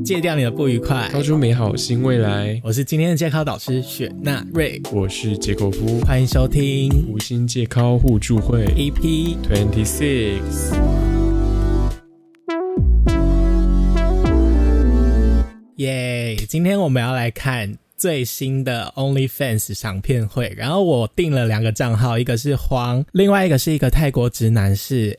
戒掉你的不愉快， 高出美好新未来。 我是今天的戒考导师雪纳瑞， 我是杰口夫， 欢迎收听五星戒考互助会 EP 26。 耶！今天我们要来看最新的 OnlyFans 赏片会，然后我订了2个账号，一个是荒，另外一个是一个泰国直男是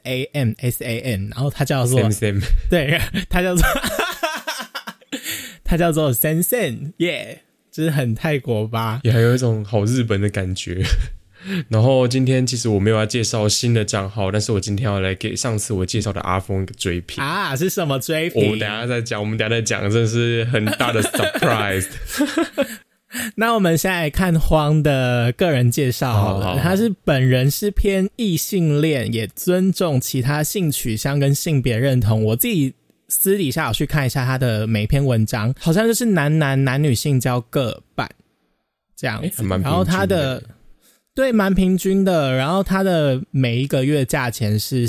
SAM， 然后他叫做 Sam， 对，他叫做他叫做 Sen， 耶，就是很泰国吧， 也还有一种好日本的感觉。然后今天其实我没有要介绍新的账号，但是我今天要来给上次我介绍的阿峰一个追评啊，是什么追评？ 我们等一下再讲，真的是很大的 surprise。 那我们现在来看荒的个人介绍好了，他是本人是偏异性恋，也尊重其他性取向跟性别认同。我自己私底下有去看一下他的每篇文章，好像就是男女性交各半这样子，然后他的对蛮平均的，然后他的每一个月价钱是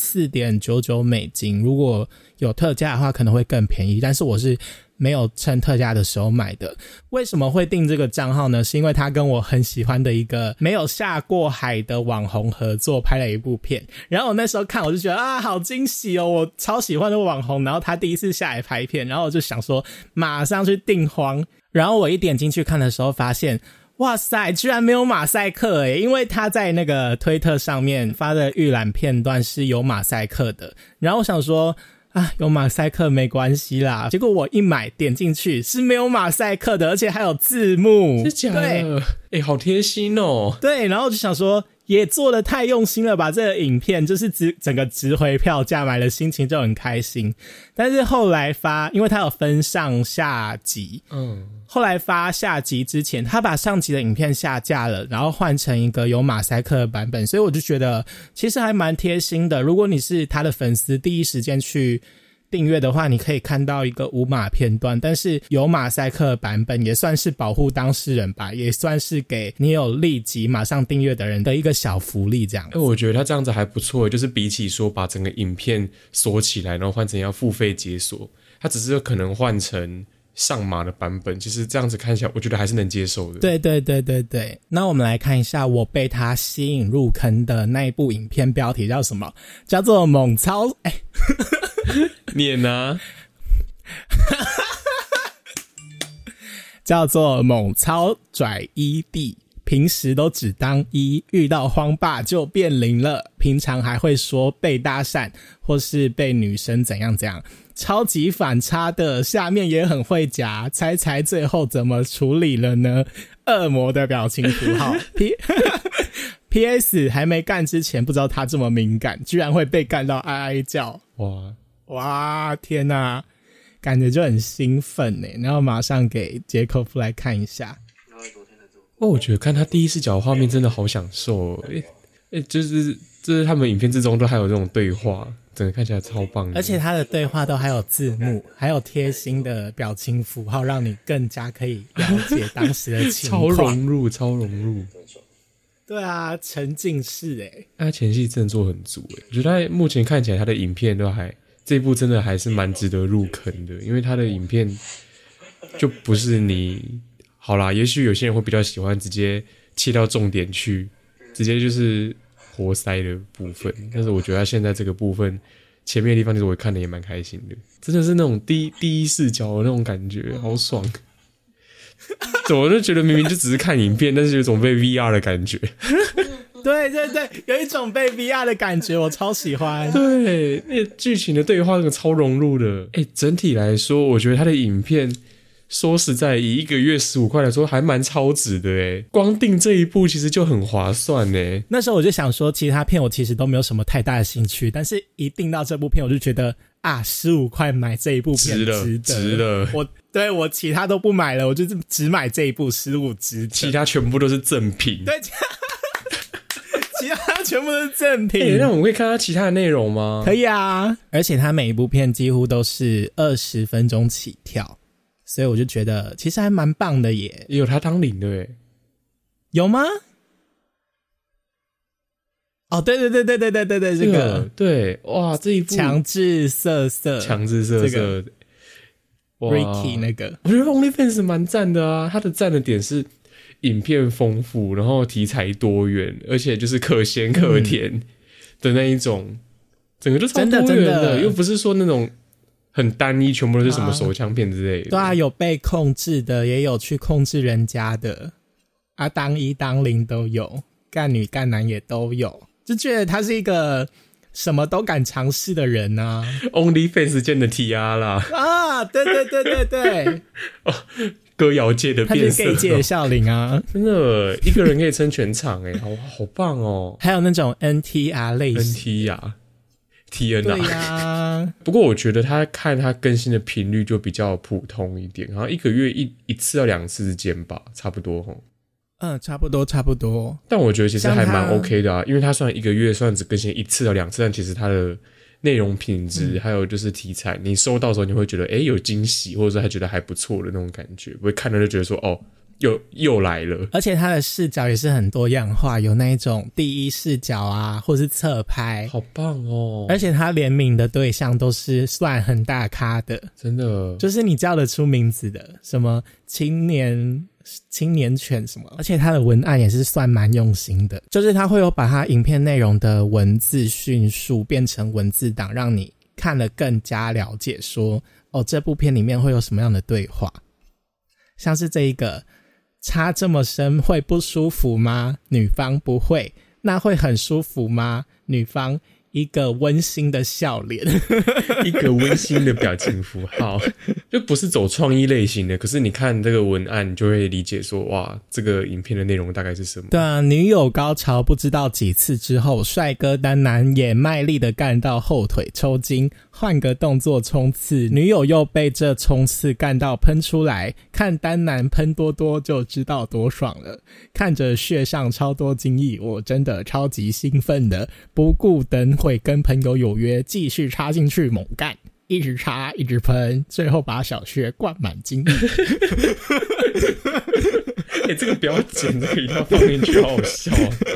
14.99 美金，如果有特价的话可能会更便宜，但是我是没有趁特价的时候买的。为什么会订这个账号呢？是因为他跟我很喜欢的一个没有下过海的网红合作拍了一部片，然后我那时候看我就觉得啊好惊喜哦，我超喜欢的网红，然后他第一次下来拍片，然后我就想说马上去订荒，然后我一点进去看的时候发现哇塞，居然没有马赛克耶，因为他在那个推特上面发的预览片段是有马赛克的，然后我想说啊，有马赛克没关系啦，结果我一买点进去是没有马赛克的，而且还有字幕， 是假的？欸，好贴心哦。 对，然后我就想说也做得太用心了吧，这个影片就是整个值回票价，买了心情就很开心。但是后来因为它有分上下集，后来发下集之前他把上集的影片下架了，然后换成一个有马赛克的版本，所以我就觉得其实还蛮贴心的。如果你是他的粉丝，第一时间去订阅的话，你可以看到一个无码片段，但是有马赛克版本也算是保护当事人吧，也算是给你有立即马上订阅的人的一个小福利这样子。 我觉得他这样子还不错，就是比起说把整个影片锁起来然后换成要付费解锁，他只是可能换成上码的版本，其实这样子看起来我觉得还是能接受的。 对对对对对，那我们来看一下我被他吸引入坑的那一部影片，标题叫什么？叫做猛操念啊叫做猛操拽一弟，平时都只当一，遇到荒爸就变零了，平常还会说被搭讪或是被女生怎样怎样，超级反差的，下面也很会夹，猜猜最后怎么处理了呢？恶魔的表情符号PS 还没干之前不知道他这么敏感，居然会被干到哀哀叫。哇天哪，感觉就很兴奋耶，然后马上给杰克夫来看一下。 我觉得看他第一视角的画面真的好享受就是他们影片之中都还有这种对话，整个看起来超棒的， 而且他的对话都还有字幕，还有贴心的表情符号，让你更加可以了解当时的情况。 超融入。 对啊，沉浸式他前戏真的做很足我觉得他目前看起来他的影片都还，这部真的还是蛮值得入坑的，因为他的影片就不是你好啦，也许有些人会比较喜欢直接切到重点去，直接就是活塞的部分，但是我觉得他现在这个部分前面的地方其实我看的也蛮开心的，真的是那种第一视角的那种感觉，好爽。我就觉得明明就只是看影片，但是有种被 VR 的感觉。 对对对，有一种被 VR 的感觉，我超喜欢。 对，那个剧情的对话那个超融入的。整体来说，我觉得他的影片说实在，以1个月15块来说，还蛮超值的光订这一部其实就很划算那时候我就想说，其他片我其实都没有什么太大的兴趣，但是一订到这部片，我就觉得啊，15块买这一部片值得。我其他都不买了，我就只买这一部15值得， 其他全部都是赠品。 对，其他全部都是赠品。 那我们可以看他其他的内容吗？ 可以啊，而且他每一部片几乎都是20分钟起跳，所以我就觉得其实还蛮棒的耶。 也有他当零的有吗？哦，对对对对对对对对，这个对，哇，这一部强制色色， 这个 Ricky 那个， 我觉得 OnlyFans 蛮赞的啊，它的赞的点是影片丰富，然后题材多元，而且就是可咸可甜的那一种，整个就超多元的，又不是说那种很单一，全部都是什么手枪片之类的。 对啊，有被控制的，也有去控制人家的啊，当一当零都有，干女干男也都有，就觉得他是一个什么都敢尝试的人啊。 OnlyFans 界的 TR 啦啊，对对对对对哦，歌谣界的变色， 他是 gay 界的孝琳啊， 真的一个人可以撑全场欸，好棒哦。 还有那种 NTR 类型 TN 对啊。 不过我觉得他看他更新的频率就比较普通一点，好像一个月一次到2次之间吧，差不多齁。 差不多差不多。 但我觉得其实还蛮 OK 的啊，因为他虽然一个月虽然只更新1次到2次，但其实他的内容品质还有就是题材，你收到的时候你会觉得有惊喜，或者说还觉得还不错的那种感觉，不会看到就觉得说哦又来了。 而且他的视角也是很多样化，有那一种第一视角啊，或是侧拍， 好棒哦。 而且他联名的对象都是算很大咖的， 真的就是你叫得出名字的，什么青年犬什么，而且他的文案也是算蛮用心的，就是他会有把他影片内容的文字叙述变成文字档，让你看了更加了解说这部片里面会有什么样的对话，像是这一个插这么深会不舒服吗？女方不会，那会很舒服吗？女方一个温馨的笑脸一个温馨的表情符号，就不是走创意类型的，可是你看这个文案你就会理解说哇这个影片的内容大概是什么。 对啊，女友高潮不知道几次之后，帅哥单男也卖力的干到后腿抽筋，换个动作冲刺，女友又被这冲刺干到喷出来，看单男喷多多就知道多爽了，看着血上超多精液，我真的超级兴奋的，不顾等会跟朋友有约，继续插进去猛干，一直插一直喷，最后把小穴灌满精液这个不要剪，这个一定要放进去，好好笑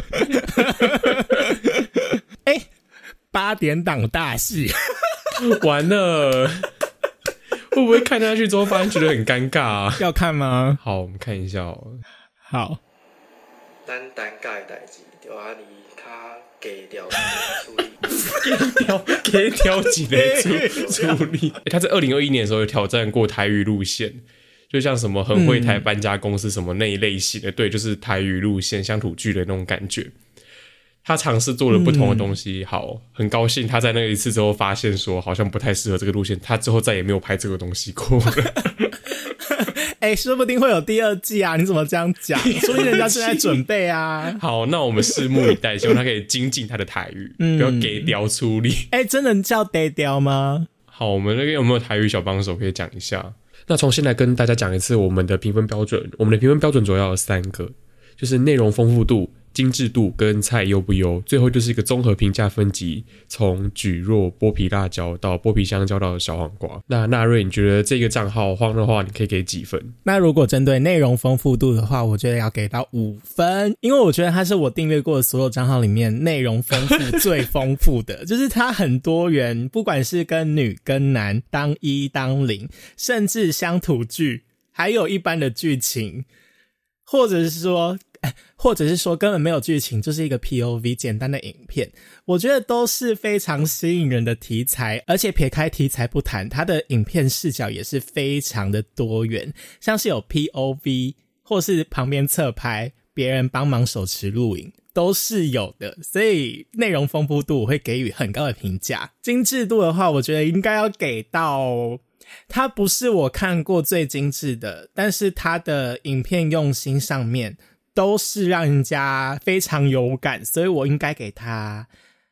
8点档大戏完了会不会看下去之后发现觉得很尴尬啊？ 要看吗？ 好，我们看一下好， 咱单家的代志就安尼较低调给挑几类处理。他在2021年的时候有挑战过台语路线，就像什么很会台搬家公司什么那一类型的，对，就是台语路线乡土剧的那种感觉。他尝试做了不同的东西，好，很高兴他在那一次之后发现说好像不太适合这个路线，他之后再也没有拍这个东西过了。 说不定会有第2季啊！你怎么这样讲？说不定人家正在准备啊。 好，那我们拭目以待，希望他可以精进他的台语，不要给雕出力。 真的叫给雕吗？ 好，我们那边有没有台语小帮手可以讲一下？那重新来跟大家讲一次我们的评分标准。我们的评分标准主要有3个，就是内容丰富度、精致度跟菜优不优，最后就是一个综合评价分级，从蒟蒻、剥皮辣椒到剥皮香蕉到小黄瓜。那纳瑞，你觉得这个账号荒的话，你可以给几分？ 那如果针对内容丰富度的话，我觉得要给到5分，因为我觉得它是我订阅过的所有账号里面内容丰富最丰富的，就是它很多元，不管是跟女跟男，当一当零，甚至乡土剧，还有一般的剧情，或者是说根本没有剧情，就是一个 POV 简单的影片，我觉得都是非常吸引人的题材。而且撇开题材不谈，它的影片视角也是非常的多元，像是有 POV 或是旁边侧拍，别人帮忙手持录影都是有的，所以内容丰富度我会给予很高的评价。精致度的话，我觉得应该要给到，它不是我看过最精致的，但是它的影片用心上面都是让人家非常有感，所以我应该给他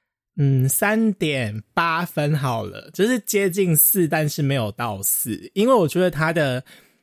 3.8 分好了，就是接近4，但是没有到4，因为我觉得他的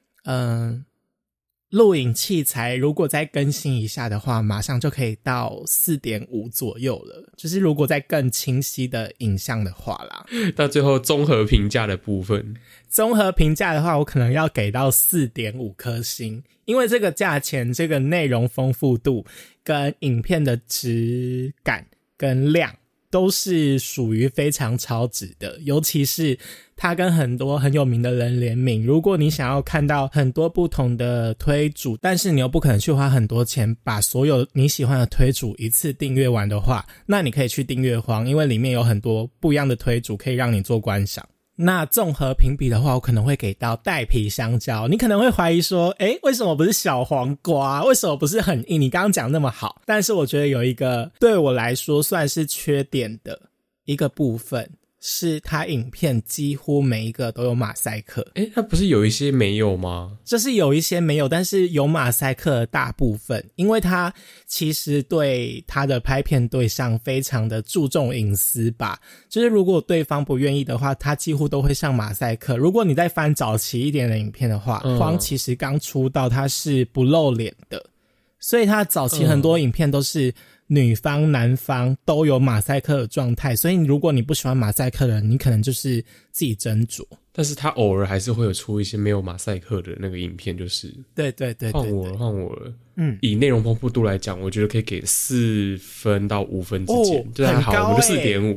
录影器材如果再更新一下的话，马上就可以到 4.5 左右了，就是如果再更清晰的影像的话啦。 到最后综合评价的部分， 综合评价的话，我可能要给到 4.5 颗星，因为这个价钱，这个内容丰富度跟影片的质感跟量都是属于非常超值的，尤其是他跟很多很有名的人联名。如果你想要看到很多不同的推主，但是你又不可能去花很多钱把所有你喜欢的推主一次订阅完的话，那你可以去订阅荒，因为里面有很多不一样的推主可以让你做观赏。那综合评比的话，我可能会给到带皮香蕉。你可能会怀疑说，为什么不是小黄瓜？为什么不是很硬？你刚刚讲那么好，但是我觉得有一个对我来说算是缺点的一个部分，是它影片几乎每一个都有马赛克。 它不是有一些没有吗？ 就是有一些没有，但是有马赛克的大部分，因为它其实对它的拍片对象非常的注重隐私吧，就是如果对方不愿意的话，它几乎都会上马赛克。如果你再翻早期一点的影片的话，荒其实刚出道它是不露脸的，所以它早期很多影片都是女方男方都有马赛克的状态，所以如果你不喜欢马赛克的人，你可能就是自己斟酌。 但是他偶尔还是会有出一些没有马赛克的那个影片，就是对， 换我了。以内容丰富度来讲，我觉得可以给4分到5分之间，就还好，我就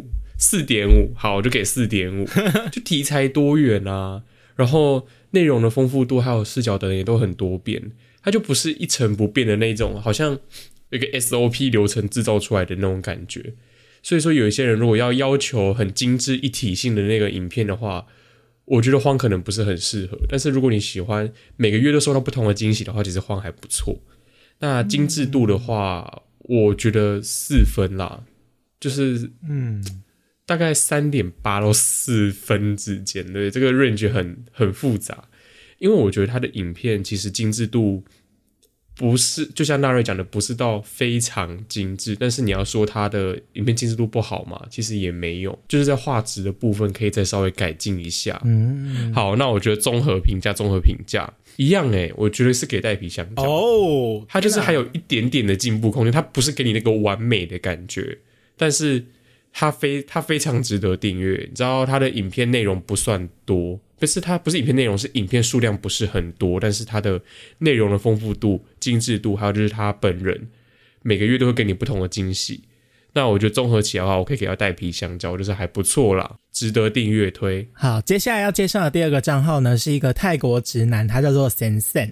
4.5，好，我就给4.5，就题材多元啊，然后内容的丰富度还有视角等也都很多变，它就不是一成不变的那种，好像有一个 SOP 流程制造出来的那种感觉。所以说有一些人如果要求很精致一体性的那个影片的话，我觉得荒可能不是很适合。但是如果你喜欢每个月都收到不同的惊喜的话，其实荒还不错。那精致度的话，我觉得4分啦，就是大概3.8到4分之间，对，这个 range 很复杂。因为我觉得他的影片其实精致度不是，就像纳瑞讲的，不是到非常精致，但是你要说他的影片精致度不好嘛，其实也没有，就是在画质的部分可以再稍微改进一下。好，那我觉得综合评价一样我觉得是给带皮香蕉哦，它就是还有一点点的进步空间，它不是给你那个完美的感觉，但是它非常值得订阅。你知道它的影片内容不算多，它不是影片内容，是影片数量不是很多，但是它的内容的丰富度、精致度，还有就是他本人每个月都会给你不同的惊喜。那我觉得综合起来的话，我可以给他带皮香蕉，就是还不错啦，值得订阅推。 好，接下来要介绍的第二个账号呢，是一个泰国直男，他叫做 Sam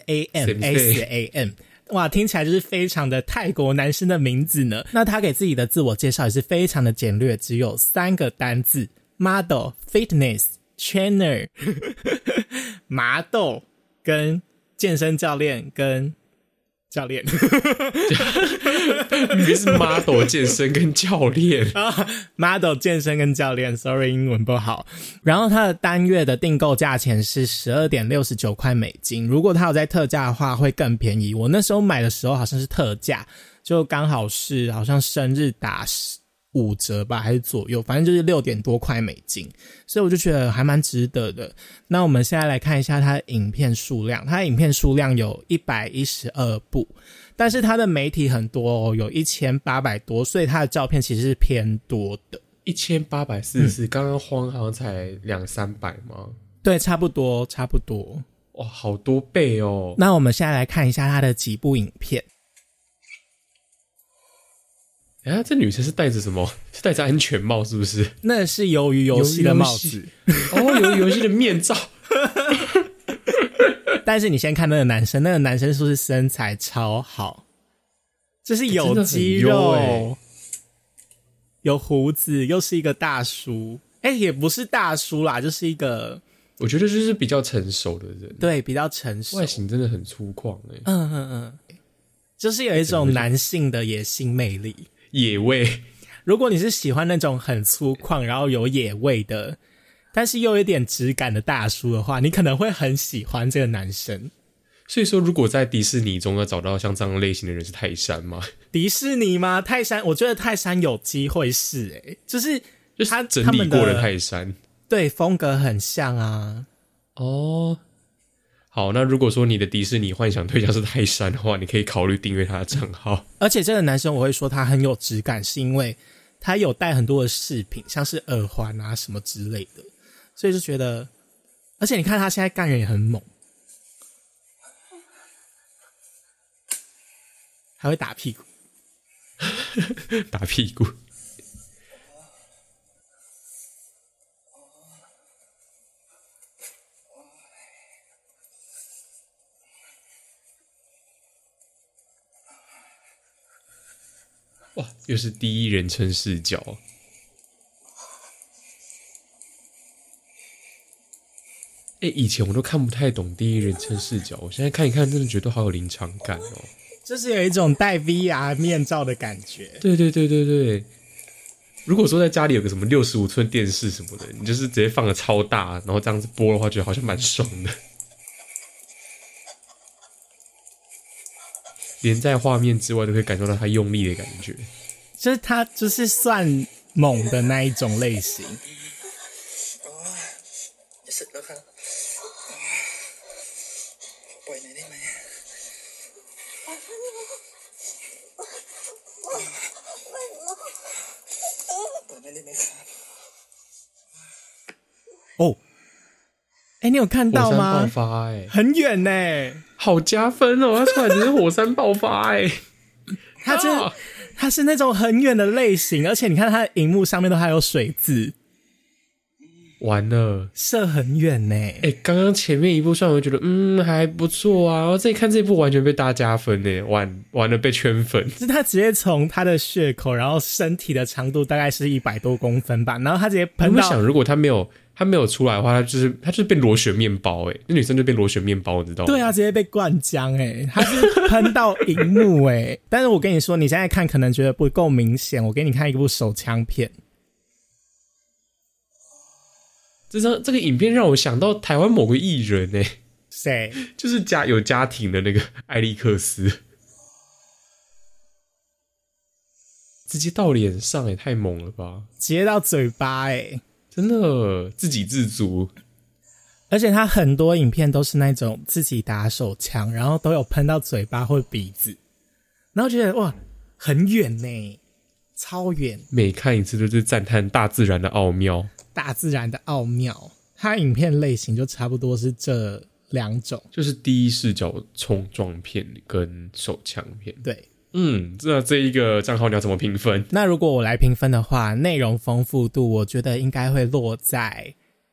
SAM。哇，听起来就是非常的泰国男生的名字呢。那他给自己的自我介绍也是非常的简略，只有3个单字 ：model、fitness、trainer 麻豆跟健身教练跟教练明明是 model 健身跟教练 model 健身跟教练 sorry 英文不好。然后他的单月的订购价钱是 12.69 块美金，如果他有在特价的话会更便宜。我那时候买的时候好像是特价，就刚好是好像生日打5折吧，还是左右，反正就是6点多块美金，所以我就觉得还蛮值得的。那我们现在来看一下它的影片数量，它的影片数量有112部，但是它的媒体很多有1800多，所以它的照片其实是偏多的。 1844，刚刚荒好像才200-300吗？ 对，差不多。 哇，好多倍哦。 那我们现在来看一下它的几部影片。 这女生是戴着什么？是戴着安全帽是不是？ 那是鱿鱼游戏的帽子鱿鱼游戏的面罩但是你先看那个男生是不是身材超好，就是有肌肉有胡子，又是一个大叔也不是大叔啦，就是一个我觉得就是比较成熟的人， 对，比较成熟， 外形真的很粗犷就是有一种男性的野性魅力， 野味。 如果你是喜欢那种很粗犷然后有野味的，但是又有点质感的大叔的话，你可能会很喜欢这个男生。 所以说如果在迪士尼中要找到像这样类型的人是泰山吗？ 迪士尼吗？泰山，我觉得泰山有机会是就是他整理过的泰山， 对，风格很像啊。 好，那如果说你的迪士尼幻想对象是泰山的话，你可以考虑订阅他的账号。 而且这个男生我会说他很有质感，是因为他有带很多的饰品，像是耳环啊什么之类的，所以就觉得，而且你看他现在干人也很猛，还会打屁股打屁股。 哇，又是第一人称视角。以前我都看不太懂第一人称视角，我现在看一看，真的觉得好有临场感哦。 就是有一种戴 VR 面罩的感觉。 对对对对对。如果说在家里有个什么65寸电视什么的，你就是直接放个超大，然后这样子播的话，觉得好像蛮爽的。连在画面之外都可以感受到他用力的感觉。 就是他就是算猛的那一种类型。 สึกแล้วครับปล่อยหน่อยได้ไหมปล่อยหน่อยได้ไหมครับ哦，你有看到吗？ 火山爆发很远呢， 好加分哦！他出来只是火山爆发它是那种很远的类型，而且你看它的荧幕上面都还有水字。 完了， 射很远呢。 刚刚前面一部算我觉得还不错啊，然后这一看这一部完全被大加分呢，完了被圈粉。 就是他直接从他的血口，然后身体的长度大概是100多公分吧，然后他直接喷到。 有没有想，如果他没有出来的话，他就是变螺旋面包那女生就变螺旋面包，你知道吗？ 对啊，直接被灌浆他是喷到荧幕但是我跟你说，你现在看可能觉得不够明显，我给你看一部手枪片。 这个影片让我想到台湾某个艺人谁？ 就是有家庭的那个艾利克斯，直接到脸上也太猛了吧！ 直接到嘴巴真的自给自足。 而且他很多影片都是那种自己打手枪，然后都有喷到嘴巴或鼻子，然后觉得哇，很远呢，超远。 每看一次都是赞叹大自然的奥妙。 大自然的奥妙，它影片类型就差不多是这2种， 就是第一视角冲撞片跟手枪片。 对， 这一个账号你要怎么评分？ 那如果我来评分的话，内容丰富度我觉得应该会落在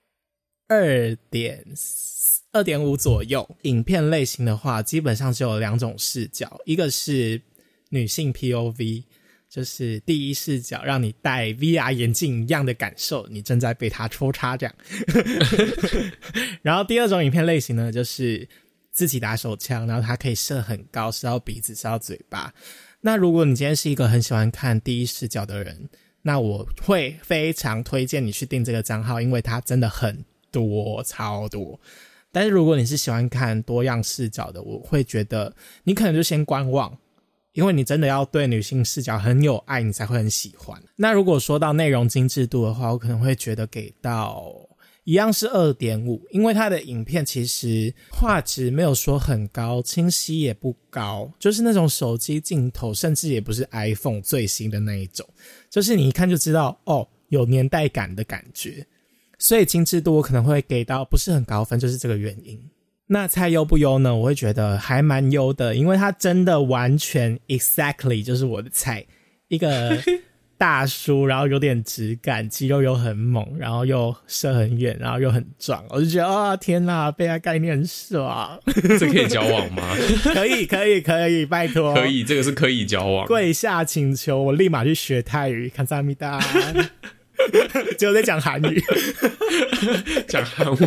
2.5左右。影片类型的话，基本上只有2种视角，一个是女性 POV。就是第一视角，让你戴 VR 眼镜一样的感受，你正在被他抽插这样。然后第二种影片类型呢，就是自己打手枪，然后它可以射很高，射到鼻子，射到嘴巴。那如果你今天是一个很喜欢看第一视角的人，那我会非常推荐你去订这个账号，因为它真的很多，超多。但是如果你是喜欢看多样视角的，我会觉得你可能就先观望。因为你真的要对女性视角很有爱，你才会很喜欢。那如果说到内容精致度的话，我可能会觉得给到一样是 2.5， 因为它的影片其实画质没有说很高，清晰也不高，就是那种手机镜头，甚至也不是 iPhone 最新的那一种，就是你一看就知道有年代感的感觉。所以精致度我可能会给到不是很高分，就是这个原因。那菜优不优呢？我会觉得还蛮优的，因为它真的完全 exactly 就是我的菜，一个大叔，然后有点质感，肌肉又很猛，然后又射很远，然后又很壮，我就觉得天哪，被他概念很爽。 这可以交往吗？ 可以，拜托， 可以，这个是可以交往。 跪下请求，我立马去学泰语，看萨米达。结果在讲韩语， 讲韩文。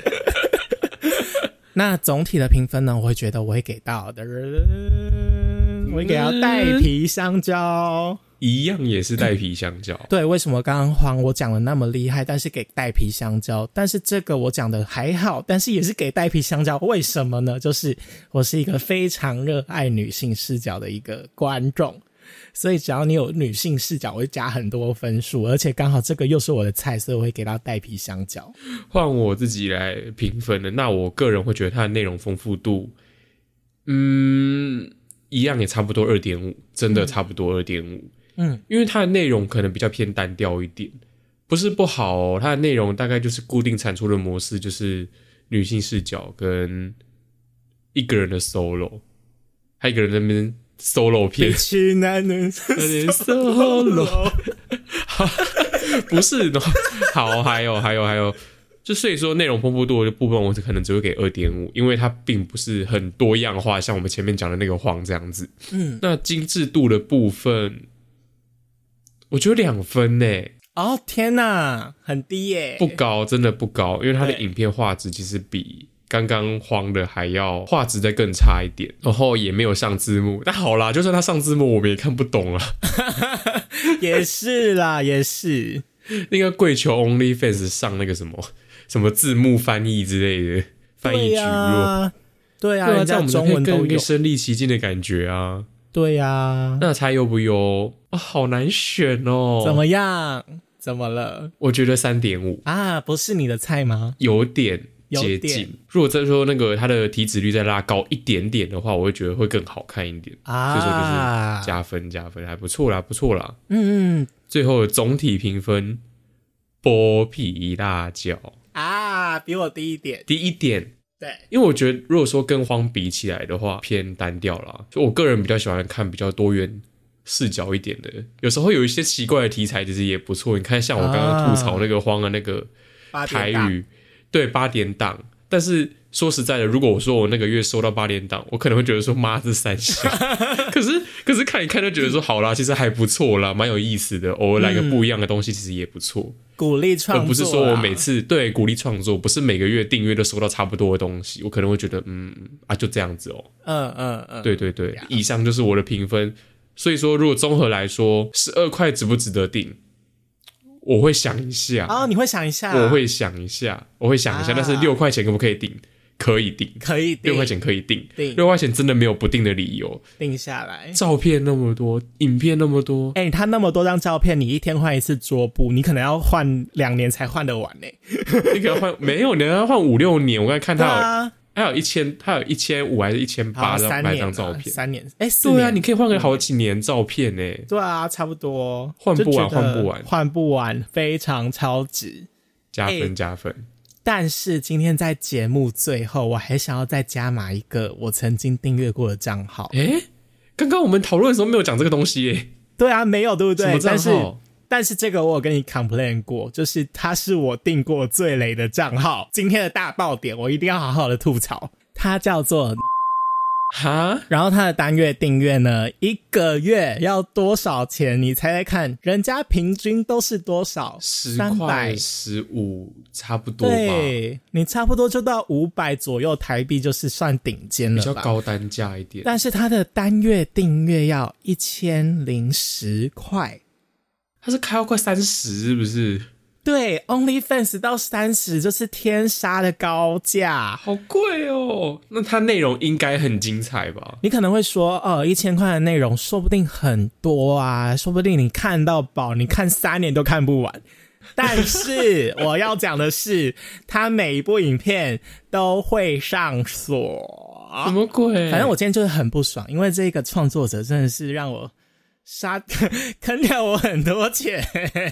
那总体的评分呢，我会觉得我会给到的，我会给到带皮香蕉， 一样也是带皮香蕉。 对，为什么刚刚黄我讲的那么厉害，但是给带皮香蕉，但是这个我讲的还好，但是也是给带皮香蕉，为什么呢？就是我是一个非常热爱女性视角的一个观众，所以只要你有女性视角，我会加很多分数，而且刚好这个又是我的菜，所以我会给到带皮香蕉。 换我自己来评分了，那我个人会觉得它的内容丰富度，一样也差不多 2.5， 真的差不多 2.5。因为它的内容可能比较偏单调一点，不是不好哦，它的内容大概就是固定产出的模式，就是女性视角跟一个人的 solo， 还有一个人在那边 solo 片， 比起男人 solo， 不是，好，还有，就所以说内容丰富度的部分，我可能只会给 2.5， 因为它并不是很多样化，像我们前面讲的那个黄这样子。那精致度的部分， 我觉得2分耶。 哦天哪，很低耶， 不高，真的不高，因为它的影片画质其实比刚刚荒的还要画质再更差一点，然后也没有上字幕。但好啦，就算它上字幕，我们也看不懂啦。 也是啦，也是。 那个跪求 OnlyFans 上那个什么字幕翻译之类的翻译举弱， 对啊，人家中文都有身临其境的感觉啊。 对啊， 那猜优不优啊？好难选哦。 怎么样？怎么了？ 我觉得 3.5 啊， 不是你的菜吗？ 有点接近。如果再说那个它的体脂率再拉高一点点的话，我会觉得会更好看一点啊。所以说就是加分，还不错啦，不错啦。最后的总体评分，剥皮辣椒啊，比我低一点。对， 因为我觉得如果说跟荒比起来的话，偏单调啦。就我个人比较喜欢看比较多元视角一点的，有时候有一些奇怪的题材其实也不错。你看像我刚刚吐槽那个荒的那个台语，对8点档，但是说实在的，如果我说我那个月收到8点档，我可能会觉得说妈这三小可是看一看就觉得说好啦，其实还不错啦，蛮有意思的，偶尔来个不一样的东西其实也不错，鼓励创作，而不是说我每次对鼓励创作，不是每个月订阅都收到差不多的东西，我可能会觉得就这样子哦。对对对，以上就是我的评分。所以说如果综合来说12块值不值得订，我会想一下。你会想一下？我会想一下，但是6块钱可不可以订？可以订，6块钱可以订，6块钱真的没有不订的理由，订下来。照片那么多，影片那么多，他那么多张照片，你一天换一次桌布，你可能要换2年才换得完呢。你可能换没有，你要换5、6年。我刚才看到他有1500还是1800张照片，3年，4年。对啊，你可以换个好几年照片呢。对啊，差不多，换不完，非常超值，加分。但是今天在节目最后，我还想要再加码一个我曾经订阅过的账号。刚刚我们讨论的时候没有讲这个东西耶。对啊，没有，对不对？什么账号？但是这个我有跟你 complain 过，就是它是我订过最雷的账号。今天的大爆点，我一定要好好的吐槽。它叫做然后它的单月订阅呢，1个月要多少钱？你猜猜看，人家平均都是多少？10块15差不多吧。对，你差不多就到500左右台币，就是算顶尖了吧，比较高单价一点。但是它的单月订阅要1010块，它是开到快30是不是？对 ，OnlyFans 到30就是天杀的高价，好贵哦。那它内容应该很精彩吧？你可能会说，1000块的内容说不定很多啊，说不定你看到饱，你看3年都看不完。但是我要讲的是，它每一部影片都会上锁。什么鬼？反正我今天就是很不爽，因为这个创作者真的是让我坑掉我很多钱。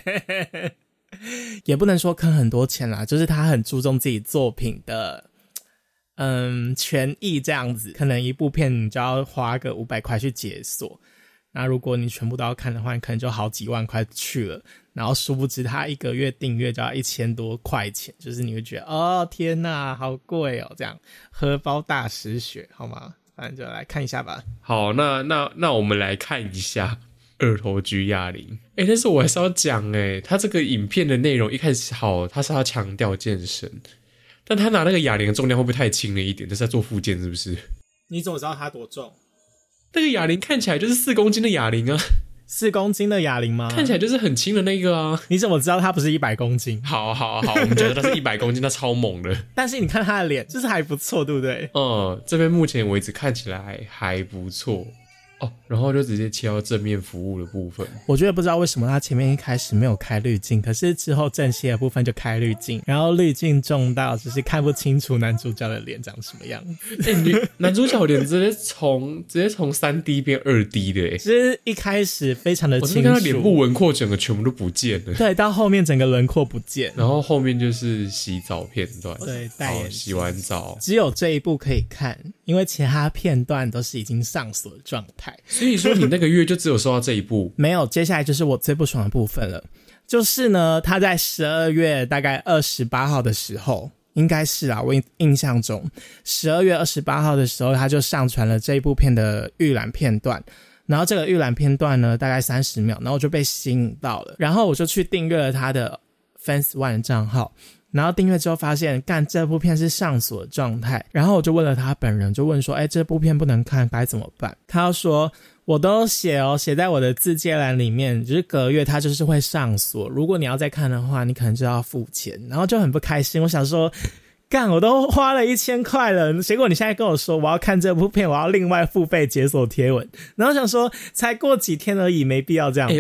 也不能说坑很多钱啦，就是他很注重自己作品的权益这样子，可能一部片你就要花个500块去解锁，那如果你全部都要看的话，你可能就好几万块去了，然后殊不知他1个月订阅就要1000多块钱，就是你会觉得天哪好贵哦，这样荷包大失血好吗？反正就来看一下吧。好，那我们来看一下二头居哑铃。但是我还是要讲他这个影片的内容一开始好，他是要强调健身，但他拿那个哑铃的重量会不会太轻了一点？这是在做复健是不是？你怎么知道他多重？那个哑铃看起来就是4公斤的哑铃啊。4公斤的哑铃吗？看起来就是很轻的那个啊。你怎么知道他不是100公斤？好，我们觉得他是100公斤，他超猛的。但是你看他的脸就是还不错，对不对？这边目前为止看起来还不错。然后就直接切到正面服务的部分。我觉得不知道为什么他前面一开始没有开滤镜，可是之后正戏的部分就开滤镜，然后滤镜重到只是看不清楚男主角的脸长什么样子。男主角脸直接从 3D 变2D 的其实一开始非常的清楚，我看他脸部轮廓整个全部都不见了。对，到后面整个轮廓不见，然后后面就是洗澡片段。对，洗完澡只有这一部可以看，因为其他片段都是已经上锁的状态。所以说你那个月就只有收到这一部？没有，接下来就是我最不爽的部分了。就是呢，他在12月大概28号的时候，应该是啊，我印象中12月28号的时候，他就上传了这一部片的预览片段。 然后这个预览片段呢大概30秒，然后我就被吸引到了，然后我就去订阅了他的 Fans One 的账号，然后订阅之后发现干这部片是上锁的状态，然后我就问了他本人，就问说这部片不能看该怎么办。他要说我都写在我的自介栏里面，就是隔月它就是会上锁，如果你要再看的话你可能就要付钱，然后就很不开心。我想说干我都花了1000块了，结果你现在跟我说我要看这部片我要另外付费解锁贴文，然后想说才过几天而已，没必要这样。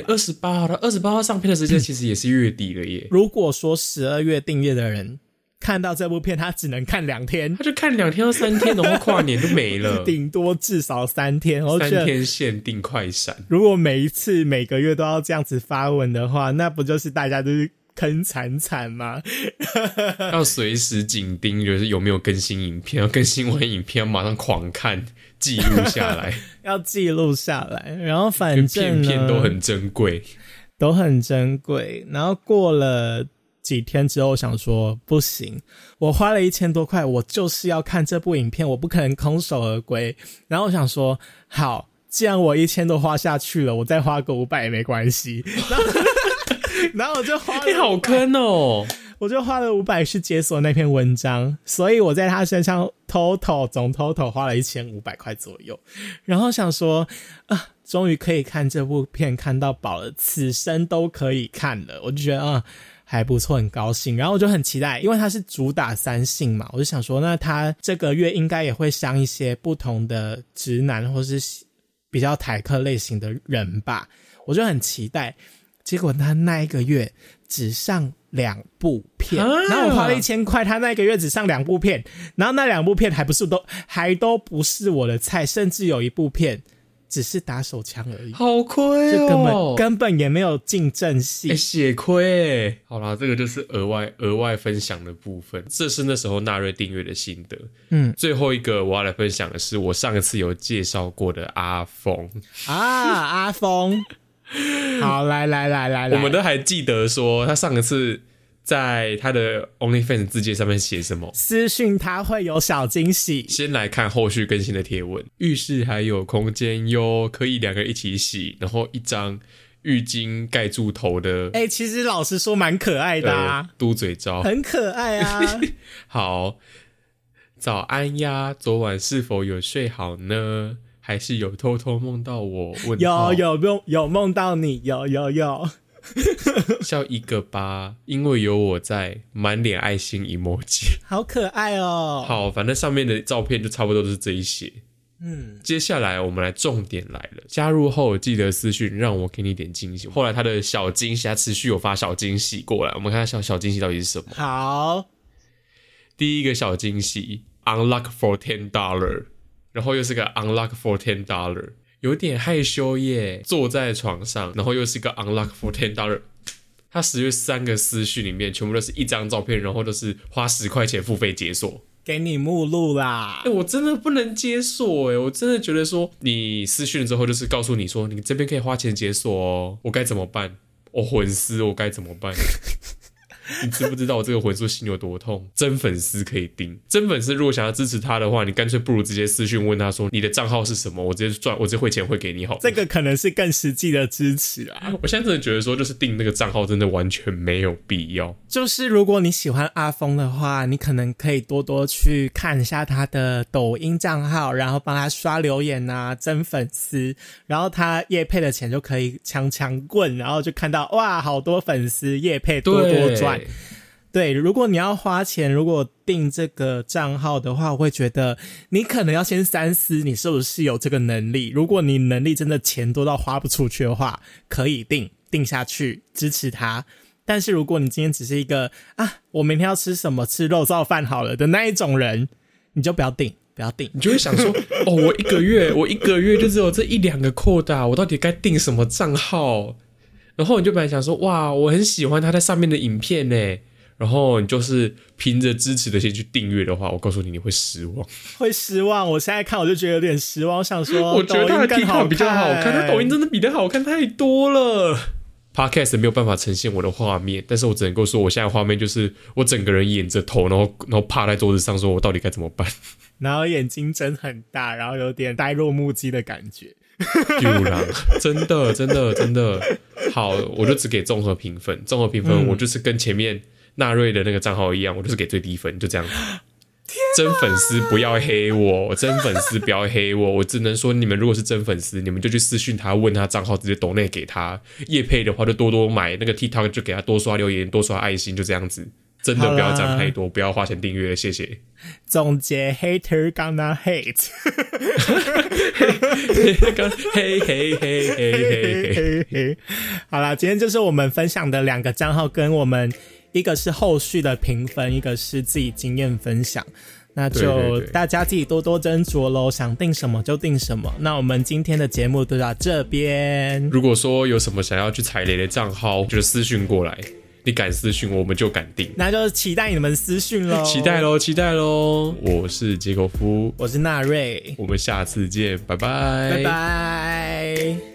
28号上片的时间其实也是月底了耶。 如果说12月订阅的人看到这部片他只能看2天， 他就看2天到3天，然后跨年就没了顶多至少3天 ，3天限定快闪。 如果每一次每个月都要这样子发文的话，那不就是大家都是坑惨吗？ 要随时紧盯，就是有没有更新影片，要更新完影片要马上狂看，记录下来， 要记录下来。然后反正呢， 片都很珍贵， 都很珍贵。然后过了几天之后，想说不行，我花了1000多块，我就是要看这部影片，我不可能空手而归。然后我想说，好，既然我1000都花下去了，我再花个500也没关系。然后我就花了500， 好坑哦！ 我就花了500去解锁那篇文章，所以我在他身上总 total 花了1500块左右。然后想说终于可以看这部片看到饱了，此生都可以看了，我就觉得还不错，很高兴。然后我就很期待，因为他是主打3性嘛，我就想说那他这个月应该也会上一些不同的直男或是比较台客类型的人吧，我就很期待。结果他那一个月只上2部片，然后我花了1000块，他那一个月只上2部片，然后那2部片还都不是我的菜，甚至有一部片只是打手枪而已， 好亏哦，根本也没有进正戏， 血亏。好啦，这个就是额外分享的部分，这是那时候纳瑞订阅的心得。最后一个我要来分享的是我上一次有介绍过的阿峰阿峰。好，来， 我们都还记得说他上一次在他的 OnlyFans 字界上面写什么， 私讯他会有小惊喜。 先来看后续更新的贴文，浴室还有空间哟，可以2个人一起洗，然后一张浴巾盖住头的其实老实说蛮可爱的啊， 嘟嘴照很可爱啊。 好，早安呀，昨晚是否有睡好呢？还是有偷偷梦到我？有梦到你，有笑一个吧，因为有我在，满脸爱心 emoji， 好可爱哦。 好，反正上面的照片就差不多都是这一些。接下来我们来重点来了，加入后记得私讯让我给你点惊喜。后来他的小惊喜，他持续有发小惊喜过来，我们看他小惊喜到底是什么。 好， 第一个小惊喜 unlock for $10，然后又是个 unlock for $10，有点害羞耶，坐在床上，然后又是个 unlock for $10。他10月3个私讯里面全部都是一张照片，然后都是花10块钱付费解锁， 给你目录啦。 我真的不能解锁我真的觉得说你私讯了之后就是告诉你说你这边可以花钱解锁哦，我该怎么办？我混丝我该怎么办？你知不知道我这个混数心有多痛？真粉丝可以订，真粉丝如果想要支持他的话，你干脆不如直接私讯问他说你的账号是什么，我直接汇钱汇给你好了。 这个可能是更实际的支持啊。 我现在真的觉得说就是订那个账号真的完全没有必要。 就是如果你喜欢阿峰的话，你可能可以多多去看一下他的抖音账号，然后帮他刷留言啊，增粉丝，然后他业配的钱就可以强棍，然后就看到哇好多粉丝业配多赚。对，如果你要花钱，如果订这个账号的话，我会觉得你可能要先三思你是不是有这个能力。如果你能力真的钱多到花不出去的话，可以订下去支持他。但是如果你今天只是一个我明天要吃什么，吃肉燥饭好了的那一种人，你就不要订。 你就会想说我一个月就只有这1-2个quota，我到底该订什么账号？然后你就本来想说哇我很喜欢他在上面的影片耶，然后你就是凭着支持的心去订阅的话，我告诉你会失望。我现在看我就觉得有点失望，想说我觉得他的 TikTok 比较好看，他抖音真的比他好看太多了。Podcast 没有办法呈现我的画面，但是我只能够说我现在画面就是我整个人掩着头，然后趴在桌子上说我到底该怎么办， 然后眼睛睁很大，然后有点呆若木鸡的感觉。 丢啦，真的好，我就只给综合评分，我就是跟前面纳瑞的那个账号一样，我就是给最低分，就这样子。真粉丝不要黑我，我只能说你们如果是真粉丝，你们就去私讯他，问他账号，直接抖内给他。业配的话就多多买那个 TikTok， 就给他多刷留言，多刷爱心，就这样子。真的不要讲太多，不要花钱订阅，谢谢。 总结 hater gonna hate 嘿。好啦，今天就是我们分享的2个账号，跟我们一个是后续的评分，一个是自己经验分享。那就大家自己多多斟酌咯，想定什么就定什么。那我们今天的节目就到这边。 如果说有什么想要去踩雷的账号，就私讯过来。你敢私讯我们就敢定， 那就期待你们私讯咯。 期待咯。我是杰口夫， 我是纳瑞， 我们下次见，拜拜， 拜拜。